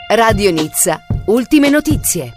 Radio Nizza, ultime notizie.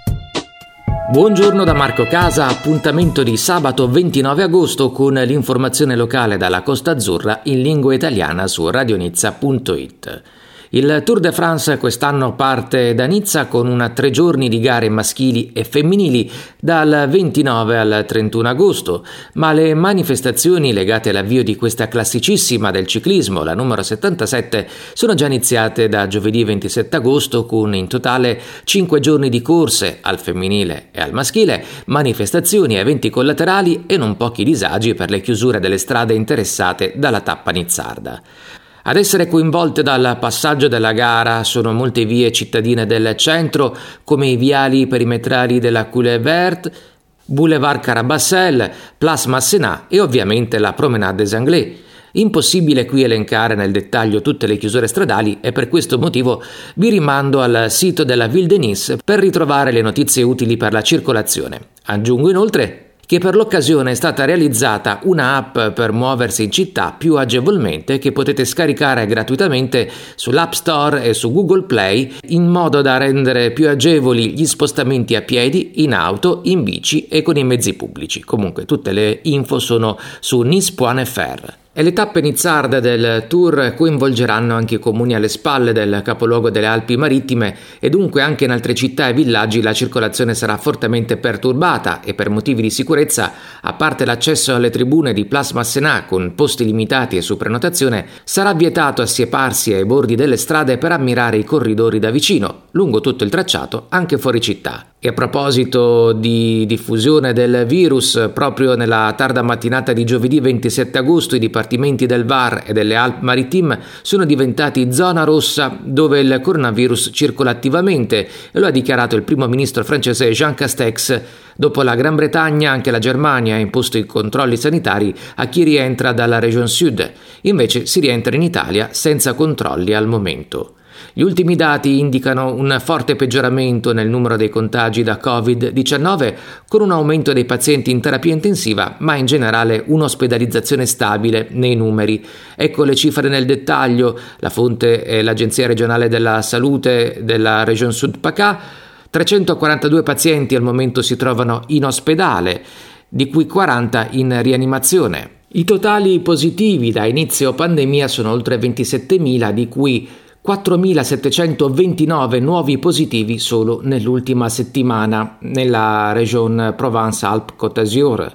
Buongiorno da Marco Casa, appuntamento di sabato 29 agosto con l'informazione locale dalla Costa Azzurra in lingua italiana su radionizza.it. Il Tour de France quest'anno parte da Nizza con 3 giorni di gare maschili e femminili dal 29 al 31 agosto, ma le manifestazioni legate all'avvio di questa classicissima del ciclismo, la numero 77, sono già iniziate da giovedì 27 agosto con in totale 5 giorni di corse al femminile e al maschile, manifestazioni, eventi collaterali e non pochi disagi per le chiusure delle strade interessate dalla tappa nizzarda. Ad essere coinvolte dal passaggio della gara sono molte vie cittadine del centro, come i viali perimetrali della Coulée Verte, Boulevard Carabassel, Place Masséna e ovviamente la Promenade des Anglais. Impossibile qui elencare nel dettaglio tutte le chiusure stradali e per questo motivo vi rimando al sito della Ville de Nice per ritrovare le notizie utili per la circolazione. Aggiungo inoltre che per l'occasione è stata realizzata una app per muoversi in città più agevolmente che potete scaricare gratuitamente sull'App Store e su Google Play in modo da rendere più agevoli gli spostamenti a piedi, in auto, in bici e con i mezzi pubblici. Comunque tutte le info sono su nice.fr. E le tappe nizzarde del tour coinvolgeranno anche i comuni alle spalle del capoluogo delle Alpi Marittime e dunque anche in altre città e villaggi la circolazione sarà fortemente perturbata e per motivi di sicurezza, a parte l'accesso alle tribune di Place Masséna con posti limitati e su prenotazione, sarà vietato assieparsi ai bordi delle strade per ammirare i corridori da vicino, lungo tutto il tracciato, anche fuori città. E a proposito di diffusione del virus, proprio nella tarda mattinata di giovedì 27 agosto i dipartimenti del Var e delle Alpes Maritimes sono diventati zona rossa dove il coronavirus circola attivamente e lo ha dichiarato il primo ministro francese Jean Castex. Dopo la Gran Bretagna anche la Germania ha imposto i controlli sanitari a chi rientra dalla Regione Sud, invece si rientra in Italia senza controlli al momento. Gli ultimi dati indicano un forte peggioramento nel numero dei contagi da Covid-19 con un aumento dei pazienti in terapia intensiva, ma in generale un'ospedalizzazione stabile nei numeri. Ecco le cifre nel dettaglio. La fonte è l'Agenzia regionale della salute della Regione Sud PACA. 342 pazienti al momento si trovano in ospedale, di cui 40 in rianimazione. I totali positivi da inizio pandemia sono oltre 27.000, di cui 4.729 nuovi positivi solo nell'ultima settimana nella Regione Provence-Alpes-Côte d'Azur.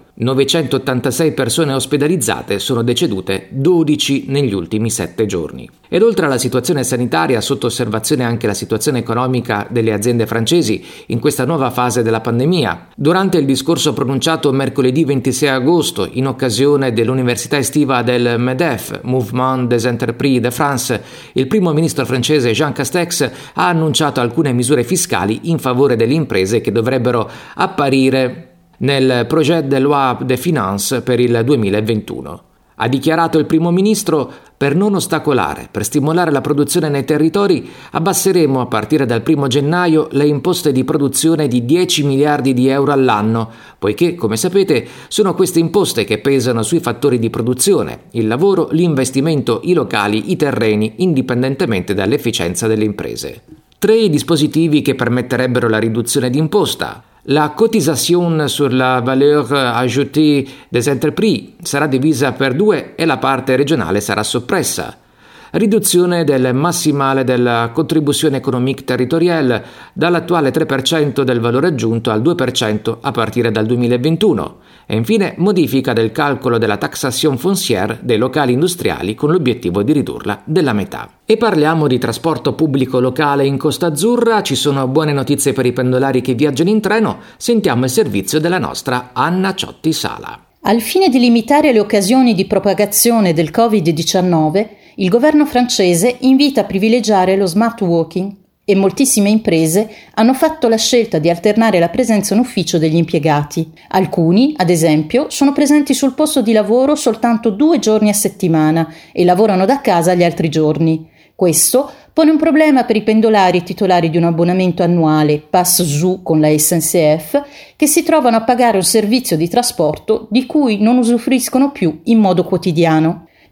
986 persone ospedalizzate, sono decedute 12 negli ultimi 7 giorni. Ed oltre alla situazione sanitaria, sotto osservazione anche la situazione economica delle aziende francesi in questa nuova fase della pandemia. Durante il discorso pronunciato mercoledì 26 agosto in occasione dell'università estiva del MEDEF, Mouvement des Entreprises de France, il primo ministro francese Jean Castex ha annunciato alcune misure fiscali in favore delle imprese che dovrebbero apparire nel projet de loi de finance per il 2021. Ha dichiarato il primo ministro: per non ostacolare, per stimolare la produzione nei territori, abbasseremo a partire dal 1 gennaio le imposte di produzione di 10 miliardi di euro all'anno, poiché, come sapete, sono queste imposte che pesano sui fattori di produzione, il lavoro, l'investimento, i locali, i terreni, indipendentemente dall'efficienza delle imprese. 3 i dispositivi che permetterebbero la riduzione d'imposta. La cotisation sur la valeur ajoutée des entreprises sarà divisa per 2 e la parte regionale sarà soppressa. Riduzione del massimale della contribuzione économique territoriale dall'attuale 3% del valore aggiunto al 2% a partire dal 2021 e infine modifica del calcolo della taxation foncière dei locali industriali con l'obiettivo di ridurla della metà. E parliamo di trasporto pubblico locale in Costa Azzurra. Ci sono buone notizie per i pendolari che viaggiano in treno. Sentiamo il servizio della nostra Anna Ciotti Sala. Al fine di limitare le occasioni di propagazione del Covid-19, il governo francese invita a privilegiare lo smart working e moltissime imprese hanno fatto la scelta di alternare la presenza in ufficio degli impiegati. Alcuni, ad esempio, sono presenti sul posto di lavoro soltanto 2 giorni a settimana e lavorano da casa gli altri giorni. Questo pone un problema per i pendolari titolari di un abbonamento annuale Pass Zoo con la SNCF che si trovano a pagare un servizio di trasporto di cui non usufruiscono più in modo quotidiano.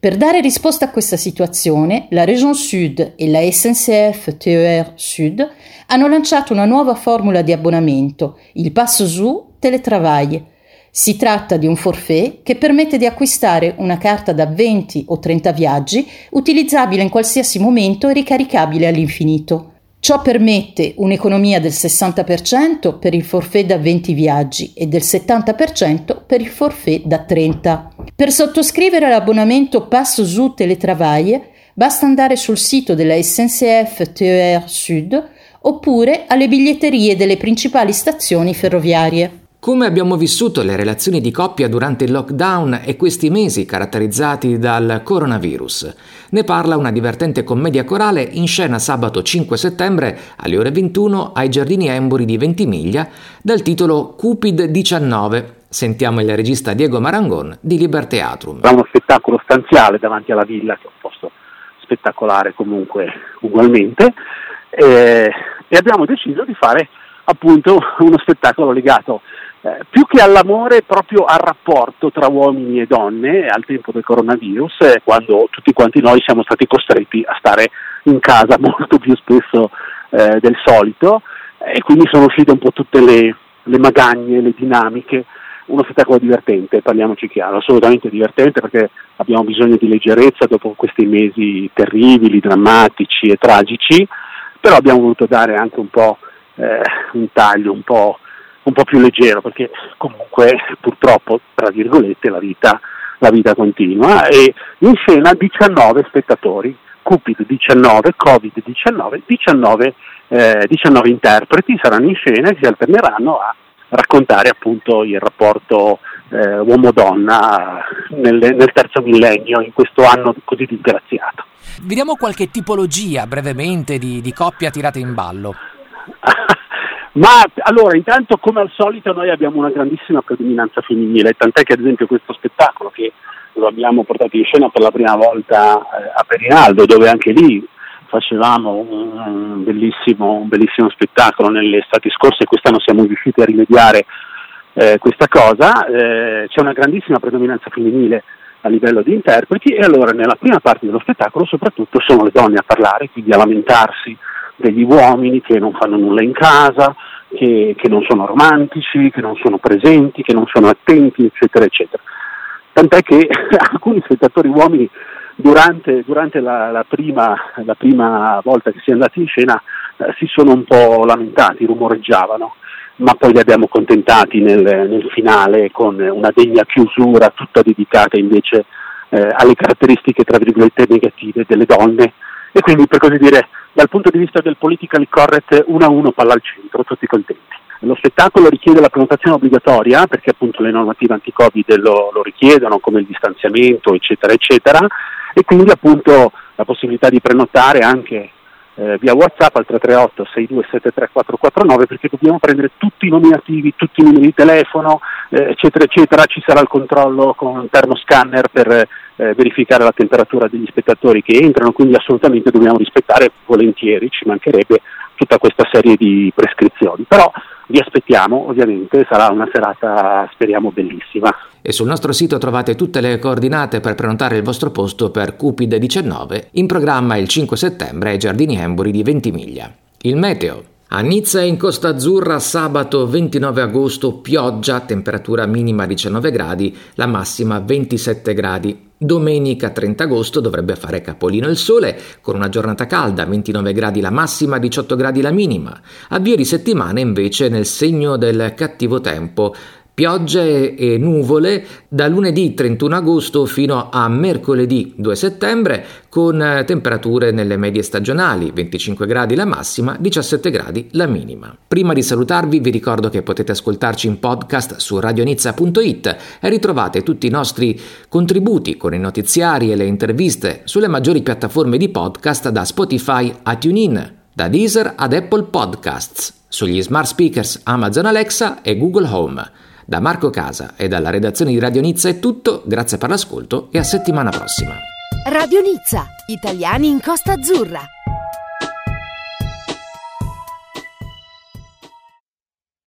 Per dare risposta a questa situazione, la Région Sud e la SNCF TER Sud hanno lanciato una nuova formula di abbonamento, il Pass Zoo Télétravail. Si tratta di un forfait che permette di acquistare una carta da 20 o 30 viaggi, utilizzabile in qualsiasi momento e ricaricabile all'infinito. Ciò permette un'economia del 60% per il forfait da 20 viaggi e del 70% per il forfait da 30. Per sottoscrivere l'abbonamento Pass Zoo Télétravail basta andare sul sito della SNCF TER Sud oppure alle biglietterie delle principali stazioni ferroviarie. Come abbiamo vissuto le relazioni di coppia durante il lockdown e questi mesi caratterizzati dal coronavirus? Ne parla una divertente commedia corale in scena sabato 5 settembre alle ore 21 ai Giardini Emburi di Ventimiglia dal titolo Cupid 19. Sentiamo il regista Diego Marangon di Liber Theatrum. È uno spettacolo stanziale davanti alla villa, che è un posto spettacolare comunque ugualmente, e abbiamo deciso di fare appunto uno spettacolo legato più che all'amore, proprio al rapporto tra uomini e donne al tempo del coronavirus, quando tutti quanti noi siamo stati costretti a stare in casa molto più spesso del solito, e quindi sono uscite un po' tutte le magagne, le dinamiche. Uno spettacolo divertente, parliamoci chiaro, assolutamente divertente, perché abbiamo bisogno di leggerezza dopo questi mesi terribili, drammatici e tragici, però abbiamo voluto dare anche un po' un taglio un po' più leggero, perché comunque purtroppo, tra virgolette, la vita continua. E in scena 19 spettatori, Cupid 19, Covid-19, 19 interpreti saranno in scena e si alterneranno a raccontare appunto il rapporto uomo-donna nel terzo millennio, in questo anno così disgraziato. Vediamo qualche tipologia brevemente di coppia tirata in ballo. Ma allora, intanto, come al solito, noi abbiamo una grandissima predominanza femminile, tant'è che ad esempio questo spettacolo, che lo abbiamo portato in scena per la prima volta a Perinaldo, dove anche lì facevamo un bellissimo spettacolo nelle estati scorse, e quest'anno siamo riusciti a rimediare questa cosa, c'è una grandissima predominanza femminile a livello di interpreti, e allora nella prima parte dello spettacolo soprattutto sono le donne a parlare, quindi a lamentarsi degli uomini che non fanno nulla in casa, che non sono romantici, che non sono presenti, che non sono attenti, eccetera, eccetera. Tant'è che alcuni spettatori uomini durante la prima volta che si è andati in scena si sono un po' lamentati, rumoreggiavano, ma poi li abbiamo accontentati nel finale con una degna chiusura tutta dedicata invece alle caratteristiche, tra virgolette, negative delle donne, e quindi, per così dire, dal punto di vista del politically correct, 1-1 palla al centro, tutti contenti. Lo spettacolo richiede la prenotazione obbligatoria, perché appunto le normative anti-Covid lo richiedono, come il distanziamento, eccetera, eccetera, e quindi appunto la possibilità di prenotare anche via WhatsApp al 338 6273 449, perché dobbiamo prendere tutti i nominativi, tutti i numeri di telefono, eccetera, eccetera. Ci sarà il controllo con un termoscanner per verificare la temperatura degli spettatori che entrano, quindi assolutamente dobbiamo rispettare volentieri, ci mancherebbe, tutta questa serie di prescrizioni. Però vi aspettiamo, ovviamente sarà una serata, speriamo, bellissima. E sul nostro sito trovate tutte le coordinate per prenotare il vostro posto per Cupid 19, in programma il 5 settembre ai Giardini Emburi di Ventimiglia. Il meteo. A Nizza e in Costa Azzurra sabato 29 agosto pioggia, temperatura minima 19 gradi, la massima 27 gradi. Domenica 30 agosto dovrebbe fare capolino il sole, con una giornata calda, 29 gradi la massima, 18 gradi la minima. Avvio di settimana invece nel segno del cattivo tempo. Piogge e nuvole da lunedì 31 agosto fino a mercoledì 2 settembre, con temperature nelle medie stagionali, 25 gradi la massima, 17 gradi la minima. Prima di salutarvi vi ricordo che potete ascoltarci in podcast su radionizza.it e ritrovate tutti i nostri contributi con i notiziari e le interviste sulle maggiori piattaforme di podcast, da Spotify a TuneIn, da Deezer ad Apple Podcasts, sugli smart speakers Amazon Alexa e Google Home. Da Marco Casa e dalla redazione di Radio Nizza è tutto, grazie per l'ascolto e a settimana prossima. Radio Nizza, italiani in Costa Azzurra.